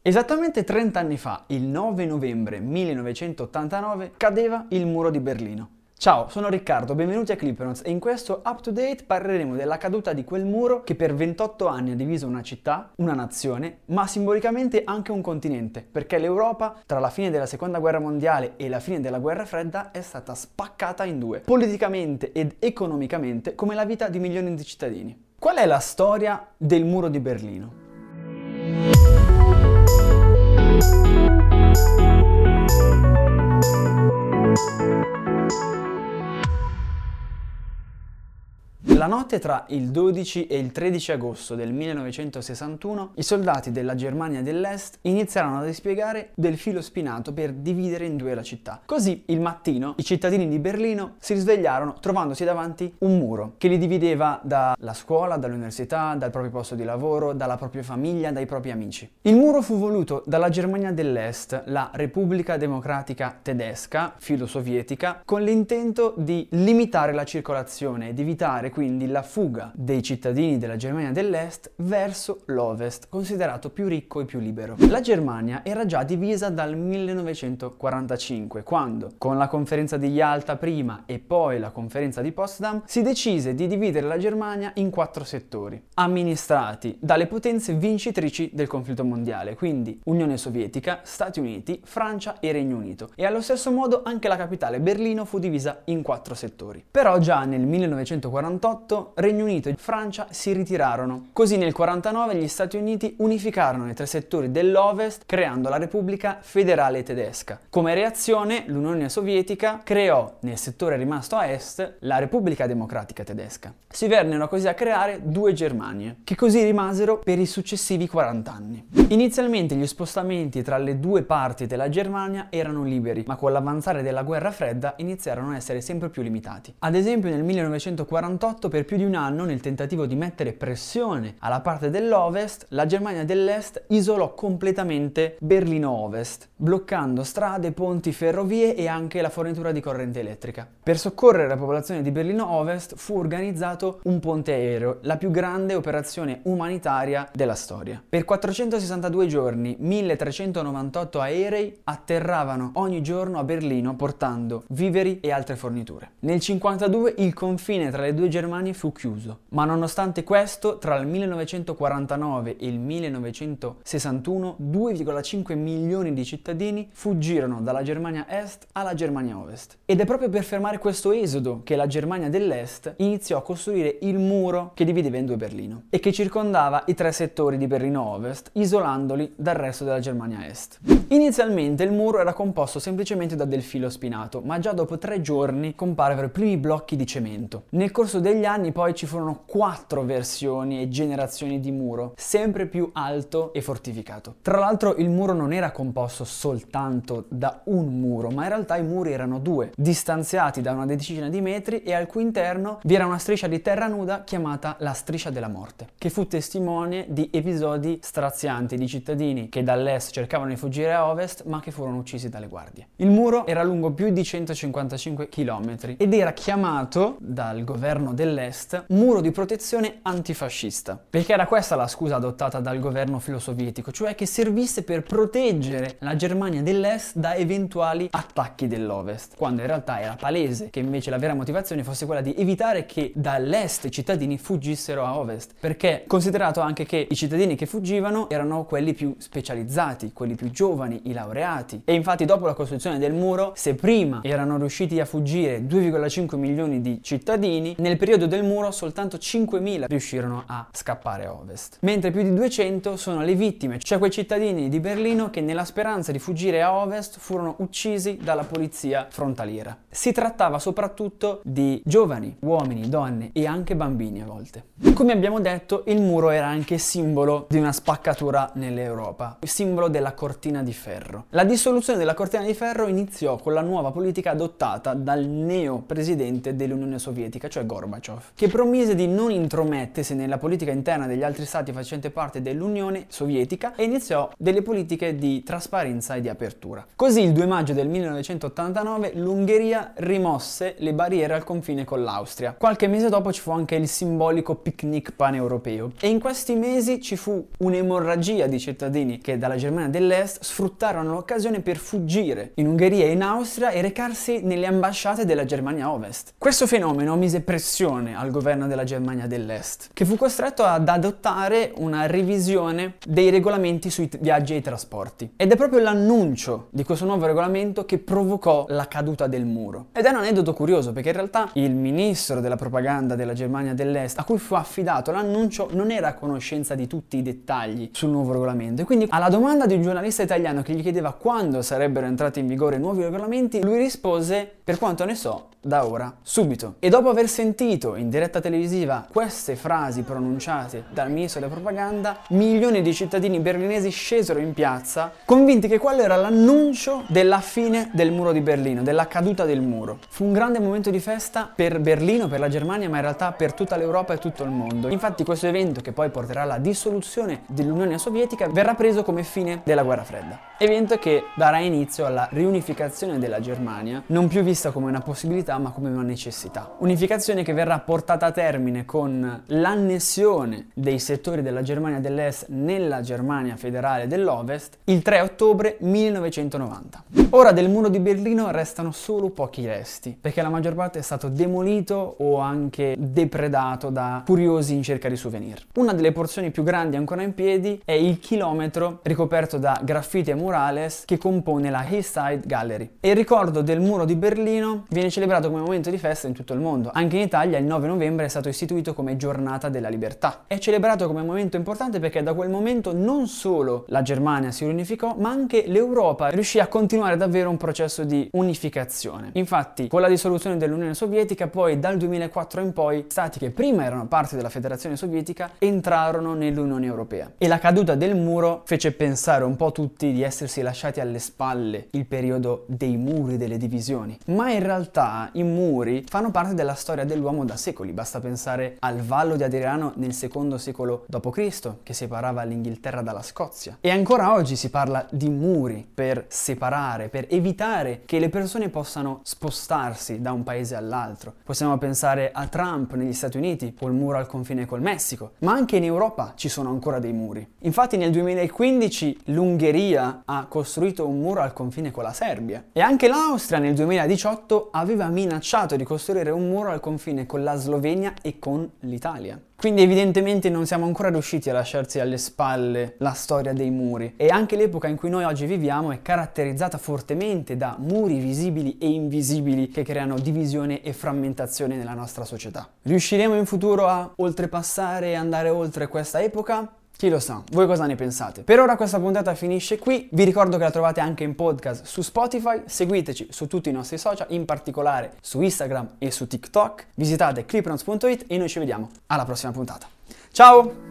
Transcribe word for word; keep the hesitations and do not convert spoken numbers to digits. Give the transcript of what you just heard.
Esattamente trenta anni fa, il nove novembre millenovecentottantanove, cadeva il muro di Berlino. Ciao, sono Riccardo, benvenuti a Clippenotes e in questo Up to Date parleremo della caduta di quel muro che per ventotto anni ha diviso una città, una nazione, ma simbolicamente anche un continente, perché l'Europa, tra la fine della Seconda Guerra Mondiale e la fine della Guerra Fredda, è stata spaccata in due, politicamente ed economicamente, come la vita di milioni di cittadini. Qual è la storia del muro di Berlino? La notte tra il dodici e il tredici agosto del millenovecentosessantuno, i soldati della Germania dell'Est iniziarono a dispiegare del filo spinato per dividere in due la città. Così, il mattino, i cittadini di Berlino si risvegliarono trovandosi davanti un muro che li divideva dalla scuola, dall'università, dal proprio posto di lavoro, dalla propria famiglia, dai propri amici. Il muro fu voluto dalla Germania dell'Est, la Repubblica Democratica Tedesca, filo sovietica, con l'intento di limitare la circolazione ed evitare quindi la fuga dei cittadini della Germania dell'Est verso l'Ovest, considerato più ricco e più libero. La Germania era già divisa dal millenovecentoquarantacinque, quando, con la conferenza di Yalta prima e poi la conferenza di Potsdam, si decise di dividere la Germania in quattro settori, amministrati dalle potenze vincitrici del conflitto mondiale, quindi Unione Sovietica, Stati Uniti, Francia e Regno Unito. E allo stesso modo anche la capitale Berlino fu divisa in quattro settori. Però già nel millenovecentoquarantotto Regno Unito e Francia si ritirarono. Così nel millenovecentoquarantanove gli Stati Uniti unificarono i tre settori dell'Ovest creando la Repubblica Federale Tedesca. Come reazione l'Unione Sovietica creò nel settore rimasto a est la Repubblica Democratica Tedesca. Si vennero così a creare due Germanie, che così rimasero per i successivi quaranta anni. Inizialmente gli spostamenti tra le due parti della Germania erano liberi, ma con l'avanzare della guerra fredda iniziarono a essere sempre più limitati. Ad esempio nel millenovecentoquarantotto, per più di un anno, nel tentativo di mettere pressione alla parte dell'Ovest, la Germania dell'Est isolò completamente Berlino Ovest, bloccando strade, ponti, ferrovie e anche la fornitura di corrente elettrica. Per soccorrere la popolazione di Berlino Ovest fu organizzato un ponte aereo, la più grande operazione umanitaria della storia. Per quattrocentosessantadue giorni, milletrecentonovantotto aerei atterravano ogni giorno a Berlino portando viveri e altre forniture. Nel cinquantadue il confine tra le due Germanie fu chiuso, ma nonostante questo, tra il millenovecentoquarantanove e il millenovecentosessantuno, due virgola cinque milioni di cittadini fuggirono dalla Germania Est alla Germania Ovest. Ed è proprio per fermare questo esodo che la Germania dell'Est iniziò a costruire il muro che divideva in due Berlino e che circondava i tre settori di Berlino Ovest, isolandoli dal resto della Germania Est. Inizialmente il muro era composto semplicemente da del filo spinato, ma già dopo tre giorni comparvero i primi blocchi di cemento. Nel corso degli anni poi ci furono quattro versioni e generazioni di muro, sempre più alto e fortificato. Tra l'altro il muro non era composto soltanto da un muro, ma in realtà i muri erano due, distanziati da una decina di metri, e al cui interno vi era una striscia di terra nuda chiamata la striscia della morte, che fu testimone di episodi strazianti di cittadini che dall'est cercavano di fuggire a ovest ma che furono uccisi dalle guardie. Il muro era lungo più di centocinquantacinque chilometri ed era chiamato dal governo dell'Est muro di protezione antifascista, perché era questa la scusa adottata dal governo filosovietico, cioè che servisse per proteggere la Germania dell'Est da eventuali attacchi dell'Ovest, quando in realtà era palese che invece la vera motivazione fosse quella di evitare che dall'Est i cittadini fuggissero a Ovest, perché considerato anche che i cittadini che fuggivano erano quelli più specializzati, quelli più giovani, i laureati. E infatti dopo la costruzione del muro, se prima erano riusciti a fuggire due virgola cinque milioni di cittadini, nel periodo del muro soltanto cinquemila riuscirono a scappare a ovest, mentre più di duecento sono le vittime, cioè quei cittadini di Berlino che nella speranza di fuggire a ovest furono uccisi dalla polizia frontaliera. Si trattava soprattutto di giovani, uomini, donne e anche bambini a volte. Come abbiamo detto, il muro era anche simbolo di una spaccatura nell'Europa, simbolo della cortina di ferro. La dissoluzione della cortina di ferro iniziò con la nuova politica adottata dal neo presidente dell'Unione Sovietica, cioè Gorbaciov. Gorbaciov, che promise di non intromettersi nella politica interna degli altri stati facenti parte dell'Unione Sovietica e iniziò delle politiche di trasparenza e di apertura. Così il due maggio del millenovecentottantanove l'Ungheria rimosse le barriere al confine con l'Austria. Qualche mese dopo ci fu anche il simbolico picnic paneuropeo e in questi mesi ci fu un'emorragia di cittadini che dalla Germania dell'Est sfruttarono l'occasione per fuggire in Ungheria e in Austria e recarsi nelle ambasciate della Germania Ovest. Questo fenomeno mise pressione al governo della Germania dell'Est, che fu costretto ad adottare una revisione dei regolamenti sui t- viaggi e i trasporti. Ed è proprio l'annuncio di questo nuovo regolamento che provocò la caduta del muro. Ed è un aneddoto curioso perché in realtà il ministro della propaganda della Germania dell'Est, a cui fu affidato l'annuncio, non era a conoscenza di tutti i dettagli sul nuovo regolamento. E quindi alla domanda di un giornalista italiano che gli chiedeva quando sarebbero entrati in vigore nuovi regolamenti, lui rispose: per quanto ne so, da ora, subito. E dopo aver sentito in diretta televisiva queste frasi pronunciate dal ministro della propaganda, milioni di cittadini berlinesi scesero in piazza, convinti che quello era l'annuncio della fine del muro di Berlino, della caduta del muro. Fu un grande momento di festa per Berlino, per la Germania, ma in realtà per tutta l'Europa e tutto il mondo. Infatti questo evento, che poi porterà alla dissoluzione dell'Unione Sovietica, verrà preso come fine della Guerra Fredda. Evento che darà inizio alla riunificazione della Germania, non più vista come una possibilità ma come una necessità. Unificazione che verrà portata a termine con l'annessione dei settori della Germania dell'Est nella Germania federale dell'Ovest il tre ottobre millenovecentonovanta. Ora del muro di Berlino restano solo pochi resti, perché la maggior parte è stato demolito o anche depredato da curiosi in cerca di souvenir. Una delle porzioni più grandi ancora in piedi è il chilometro ricoperto da graffiti e murales che compone la East Side Gallery. E il ricordo del muro di Berlino viene celebrato come momento di festa in tutto il mondo. Anche in Italia il nove novembre è stato istituito come giornata della libertà. È celebrato come momento importante perché da quel momento non solo la Germania si riunificò, ma anche l'Europa riuscì a continuare davvero un processo di unificazione. Infatti, con la dissoluzione dell'Unione Sovietica, poi dal duemilaquattro in poi, stati che prima erano parte della Federazione Sovietica entrarono nell'Unione Europea. E la caduta del muro fece pensare un po' tutti di essersi lasciati alle spalle il periodo dei muri, delle divisioni. Ma in realtà i muri fanno parte della storia dell'uomo da secoli. Basta pensare al Vallo di Adriano nel secondo secolo dopo Cristo, che separava l'Inghilterra dalla Scozia. E ancora oggi si parla di muri per separare, per evitare che le persone possano spostarsi da un paese all'altro. Possiamo pensare a Trump negli Stati Uniti, col muro al confine col Messico, ma anche in Europa ci sono ancora dei muri. Infatti nel duemilaquindici l'Ungheria ha costruito un muro al confine con la Serbia e anche l'Austria nel duemiladiciotto aveva minacciato di costruire un muro al confine con la Slovenia e con l'Italia. Quindi evidentemente non siamo ancora riusciti a lasciarci alle spalle la storia dei muri e anche l'epoca in cui noi oggi viviamo è caratterizzata fortemente da muri visibili e invisibili che creano divisione e frammentazione nella nostra società. Riusciremo in futuro a oltrepassare e andare oltre questa epoca? Chi lo sa, voi cosa ne pensate? Per ora questa puntata finisce qui, vi ricordo che la trovate anche in podcast su Spotify, seguiteci su tutti i nostri social, in particolare su Instagram e su TikTok, visitate cliprons punto it e noi ci vediamo alla prossima puntata. Ciao!